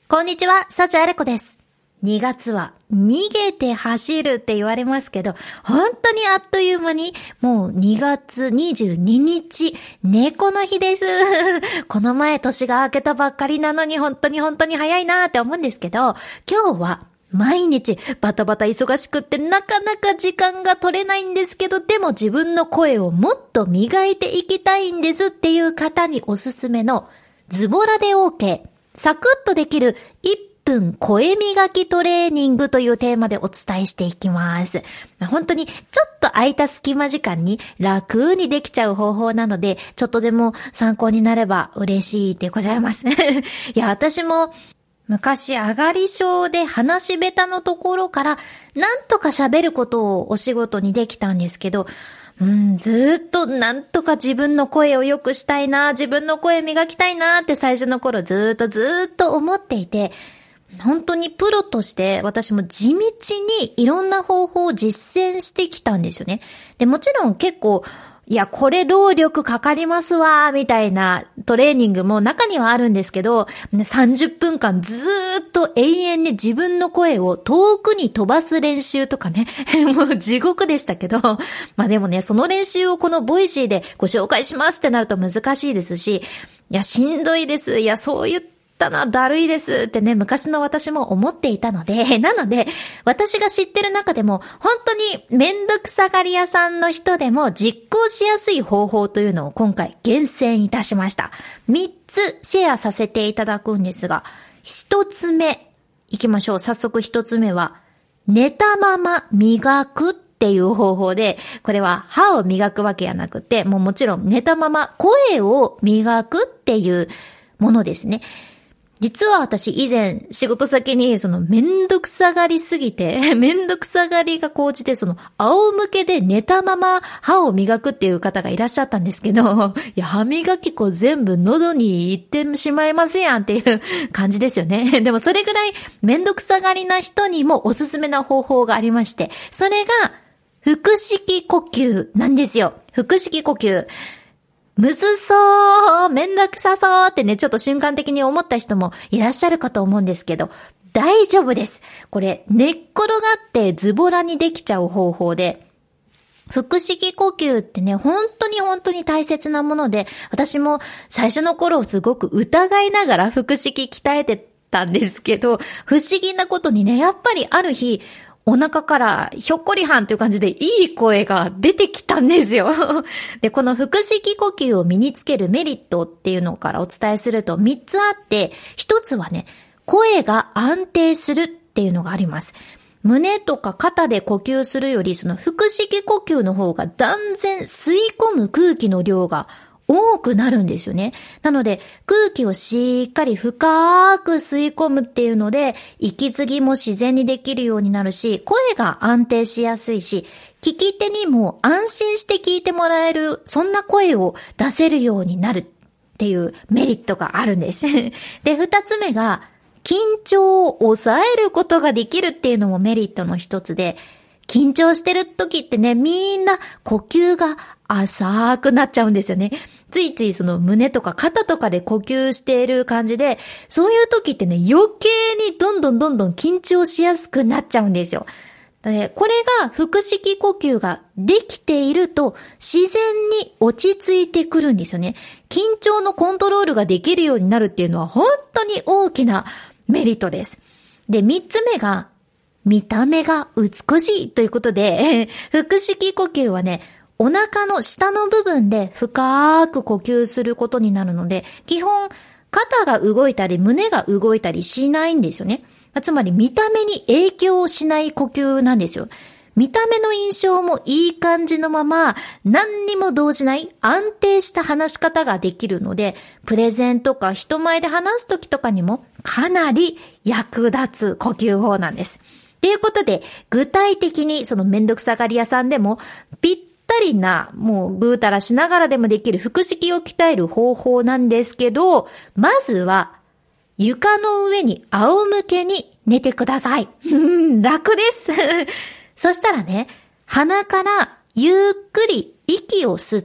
こんにちは、幸あれ子です。2月は逃げて走るって言われますけど、本当にあっという間にもう2月22日、猫の日です。この前年が明けたばっかりなのに本当に早いなって思うんですけど、今日は毎日バタバタ忙しくってなかなか時間が取れないんですけど、でも自分の声をもっと磨いていきたいんですっていう方におすすめのズボラで OK、サクッとできる1分声磨きトレーニングというテーマでお伝えしていきます。本当にちょっと空いた隙間時間に楽にできちゃう方法なので、ちょっとでも参考になれば嬉しいでございます。いや、私も昔上がり症で話し下手のところからなんとか喋ることをお仕事にできたんですけど、ずーっとなんとか自分の声を良くしたいな、自分の声磨きたいなって最初の頃ずーっと思っていて、本当にプロとして私も地道にいろんな方法を実践してきたんですよね。で、もちろん結構、いや、これ労力かかりますわ、みたいなトレーニングも中にはあるんですけど、30分間ずーっと永遠に自分の声を遠くに飛ばす練習とかね、もう地獄でしたけど、まあでもね、その練習をこのボイシーでご紹介しますってなると難しいですし、いや、しんどいです。いや、そう言ったな、だるいですってね、昔の私も思っていたので、なので、私が知ってる中でも、本当にめんどくさがり屋さんの人でも実行しやすい方法というのを今回厳選いたしました。3つシェアさせていただくんですが、1つ目、いきましょう。早速1つ目は、寝たまま磨くっていう方法で、これは歯を磨くわけじゃなくて、もちろん寝たまま声を磨くっていうものですね。実は私以前仕事先にめんどくさがりすぎて、めんどくさがりが高じて仰向けで寝たまま歯を磨くっていう方がいらっしゃったんですけど、いや、歯磨き粉全部喉に行ってしまいますやんっていう感じですよね。でもそれぐらいめんどくさがりな人にもおすすめな方法がありまして、それが腹式呼吸なんですよ。腹式呼吸。むずそう、めんどくさそうってね、ちょっと瞬間的に思った人もいらっしゃるかと思うんですけど、大丈夫です。これ、寝っ転がってズボラにできちゃう方法で、腹式呼吸ってね、本当に大切なもので、私も最初の頃すごく疑いながら腹式鍛えてたんですけど、不思議なことにね、やっぱりある日、お腹からひょっこりはんという感じでいい声が出てきたんですよ。で、この腹式呼吸を身につけるメリットっていうのからお伝えすると3つあって、1つはね、声が安定するっていうのがあります。胸とか肩で呼吸するより腹式呼吸の方が断然吸い込む空気の量が多くなるんですよね。なので空気をしっかり深く吸い込むっていうので、息継ぎも自然にできるようになるし、声が安定しやすいし、聞き手にも安心して聞いてもらえる、そんな声を出せるようになるっていうメリットがあるんです。で、二つ目が緊張を抑えることができるっていうのもメリットの一つで、緊張してる時ってね、みんな呼吸が浅くなっちゃうんですよね。ついつい胸とか肩とかで呼吸している感じで、そういう時ってね、余計にどんどん緊張しやすくなっちゃうんですよ。で、これが腹式呼吸ができていると自然に落ち着いてくるんですよね。緊張のコントロールができるようになるっていうのは本当に大きなメリットです。で、3つ目が見た目が美しいということで、腹式呼吸はね、お腹の下の部分で深く呼吸することになるので、基本肩が動いたり胸が動いたりしないんですよね。つまり見た目に影響しない呼吸なんですよ。見た目の印象もいい感じのまま、何にも動じない安定した話し方ができるので、プレゼンとか人前で話すときとかにもかなり役立つ呼吸法なんです。ということで、具体的にめんどくさがり屋さんでもぴったりな、もうぐうたらしながらでもできる腹式を鍛える方法なんですけど、まずは床の上に仰向けに寝てください。楽です。そしたらね、鼻からゆっくり息を吸って、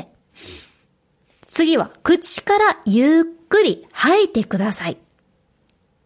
次は口からゆっくり吐いてください。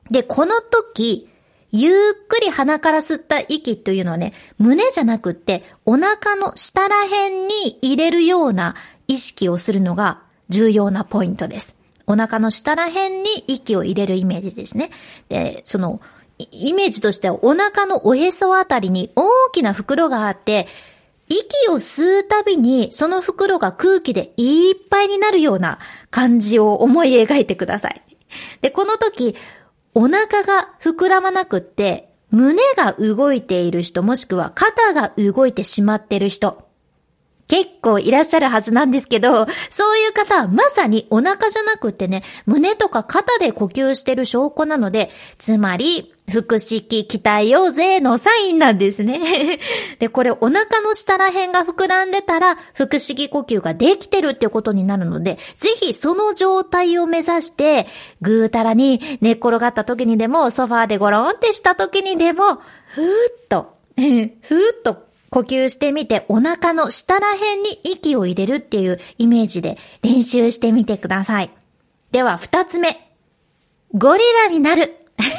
で、この時、ゆっくり鼻から吸った息というのはね、胸じゃなくってお腹の下ら辺に入れるような意識をするのが重要なポイントです。お腹の下ら辺に息を入れるイメージですね。で、そのイメージとしてはお腹のおへそあたりに大きな袋があって、息を吸うたびにその袋が空気でいっぱいになるような感じを思い描いてください。で、この時、お腹が膨らまなくって、胸が動いている人もしくは肩が動いてしまっている人、結構いらっしゃるはずなんですけど、そういう方はまさにお腹じゃなくってね、胸とか肩で呼吸してる証拠なので、つまり、腹式鍛えようぜのサインなんですね。で、これお腹の下ら辺が膨らんでたら、腹式呼吸ができてるってことになるので、ぜひその状態を目指して、ぐうたらに寝っ転がった時にでも、ソファーでゴロンってした時にでも、ふーっと呼吸してみて、お腹の下ら辺に息を入れるっていうイメージで練習してみてください。では2つ目。ゴリラになる。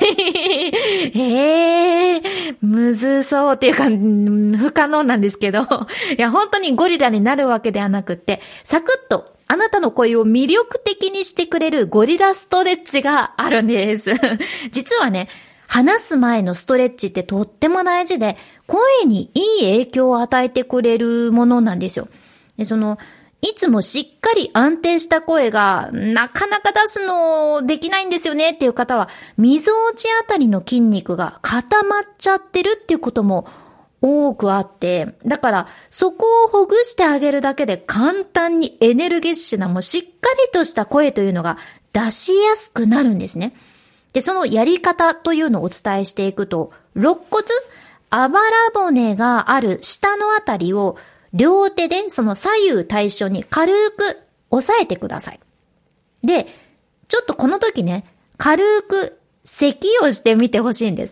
むずそうっていうか、不可能なんですけど、いや本当にゴリラになるわけではなくって、サクッとあなたの声を魅力的にしてくれるゴリラストレッチがあるんです。実はね、話す前のストレッチってとっても大事で、声にいい影響を与えてくれるものなんですよ。で、いつもしっかり安定した声がなかなか出すのできないんですよねっていう方は、みぞおちあたりの筋肉が固まっちゃってるっていうことも多くあって、だからそこをほぐしてあげるだけで簡単にエネルギッシュなもうしっかりとした声というのが出しやすくなるんですね。で、そのやり方というのをお伝えしていくと、肋骨、あばら骨がある下のあたりを両手でその左右対称に軽く押さえてください。で、ちょっとこの時ね、軽く咳をしてみてほしいんです。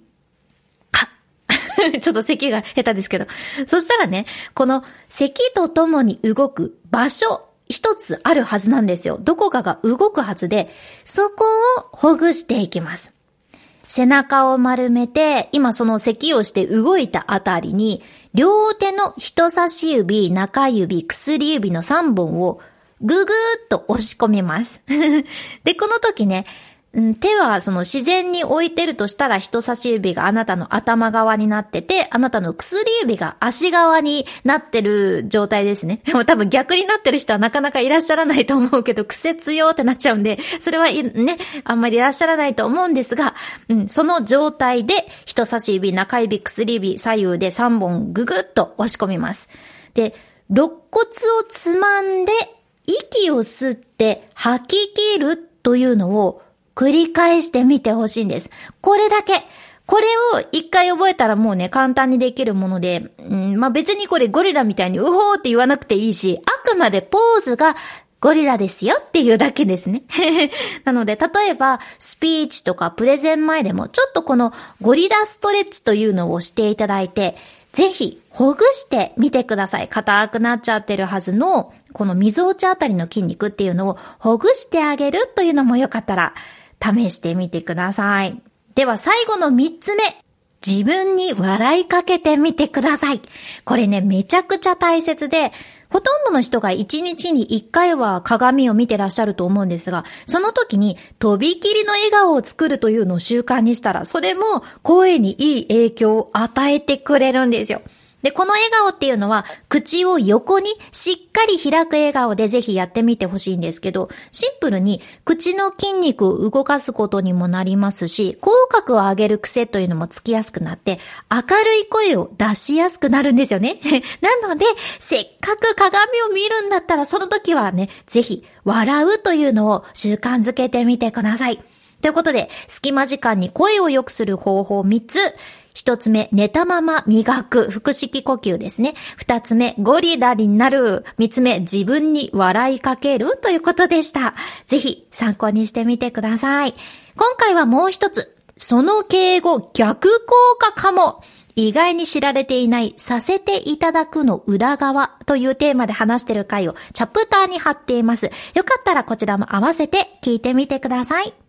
ちょっと咳が下手ですけど。そしたらね、この咳とともに動く場所、一つあるはずなんですよ。どこかが動くはずで、そこをほぐしていきます。背中を丸めて、今その咳をして動いたあたりに、両手の人差し指、中指、薬指の3本をぐぐーっと押し込みます。で、この時ね、手はその自然に置いてるとしたら人差し指があなたの頭側になってて、あなたの薬指が足側になってる状態ですね。でも多分逆になってる人はなかなかいらっしゃらないと思うけど、癖強ってなっちゃうんで、それはね、あんまりいらっしゃらないと思うんですが、その状態で人差し指、中指、薬指、左右で3本ぐぐっと押し込みます。で、肋骨をつまんで息を吸って吐き切るというのを繰り返してみてほしいんです。これだけ。これを一回覚えたらもうね、簡単にできるもので、別にこれゴリラみたいにうほーって言わなくていいし、あくまでポーズがゴリラですよっていうだけですね。なので、例えば、スピーチとかプレゼン前でも、ちょっとこのゴリラストレッチというのをしていただいて、ぜひ、ほぐしてみてください。硬くなっちゃってるはずの、このみぞおちあたりの筋肉っていうのをほぐしてあげるというのもよかったら、試してみてください。では最後の3つ目。自分に笑いかけてみてください。これね、めちゃくちゃ大切で、ほとんどの人が1日に1回は鏡を見てらっしゃると思うんですが、その時にとびきりの笑顔を作るというのを習慣にしたら、それも声にいい影響を与えてくれるんですよ。で、この笑顔っていうのは、口を横にしっかり開く笑顔でぜひやってみてほしいんですけど、シンプルに口の筋肉を動かすことにもなりますし、口角を上げる癖というのもつきやすくなって、明るい声を出しやすくなるんですよね。なので、せっかく鏡を見るんだったら、その時はね、ぜひ笑うというのを習慣づけてみてください。ということで、隙間時間に声を良くする方法3つ。1つ目、寝たまま磨く、腹式呼吸ですね。2つ目、ゴリラになる。3つ目、自分に笑いかけるということでした。ぜひ参考にしてみてください。今回はもう一つ、その敬語逆効果かも。意外に知られていないさせていただくの裏側というテーマで話している回をチャプターに貼っています。よかったらこちらも合わせて聞いてみてください。